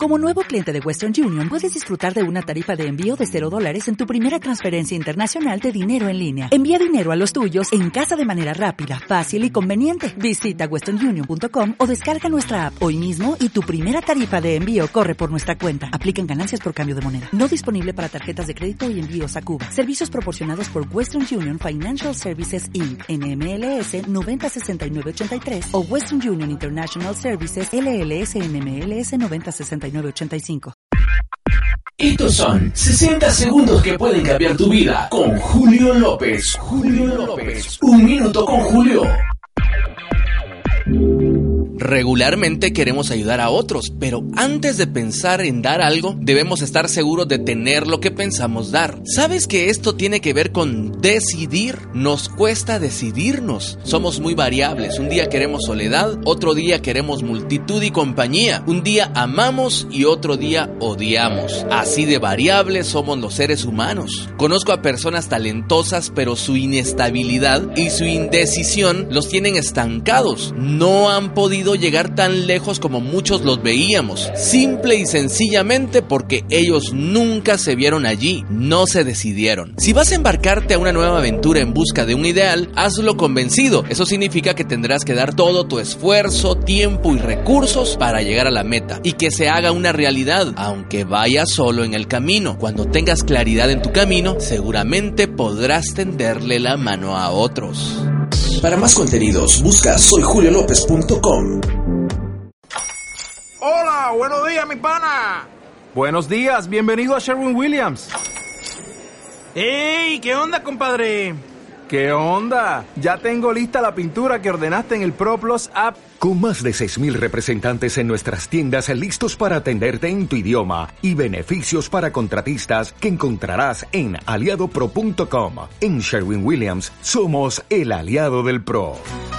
Como nuevo cliente de Western Union, puedes disfrutar de una tarifa de envío de $0 en tu primera transferencia internacional de dinero en línea. Envía dinero a los tuyos en casa de manera rápida, fácil y conveniente. Visita westernunion.com o descarga nuestra app hoy mismo y tu primera tarifa de envío corre por nuestra cuenta. Aplican ganancias por cambio de moneda. No disponible para tarjetas de crédito y envíos a Cuba. Servicios proporcionados por Western Union Financial Services Inc. NMLS 906983 o Western Union International Services LLS NMLS 906985. Estos son 60 segundos que pueden cambiar tu vida con Julio López. Julio López. Un minuto con Julio. Regularmente queremos ayudar a otros, pero antes de pensar en dar algo, debemos estar seguros de tener lo que pensamos dar. ¿Sabes que esto tiene que ver con decidir? Nos cuesta decidirnos. Somos muy variables. Un día queremos soledad, otro día queremos multitud y compañía. Un día amamos y otro día odiamos. Así de variables somos los seres humanos. Conozco a personas talentosas, pero su inestabilidad y su indecisión los tienen estancados. No han podido llegar tan lejos como muchos los veíamos, simple y sencillamente porque ellos nunca se vieron allí, no se decidieron. Si vas a embarcarte a una nueva aventura en busca de un ideal, hazlo convencido. Eso significa que tendrás que dar todo tu esfuerzo, tiempo y recursos para llegar a la meta y que se haga una realidad, aunque vayas solo en el camino. Cuando tengas claridad en tu camino, seguramente podrás tenderle la mano a otros. Para más contenidos, busca soyjuliolopez.com. Hola, buenos días, mi pana. Buenos días, bienvenido a Sherwin-Williams. ¡Ey! ¿Qué onda, compadre? ¿Qué onda? Ya tengo lista la pintura que ordenaste en el ProPlus app. Con más de 6,000 representantes en nuestras tiendas listos para atenderte en tu idioma y beneficios para contratistas que encontrarás en aliadopro.com. En Sherwin-Williams somos el aliado del pro.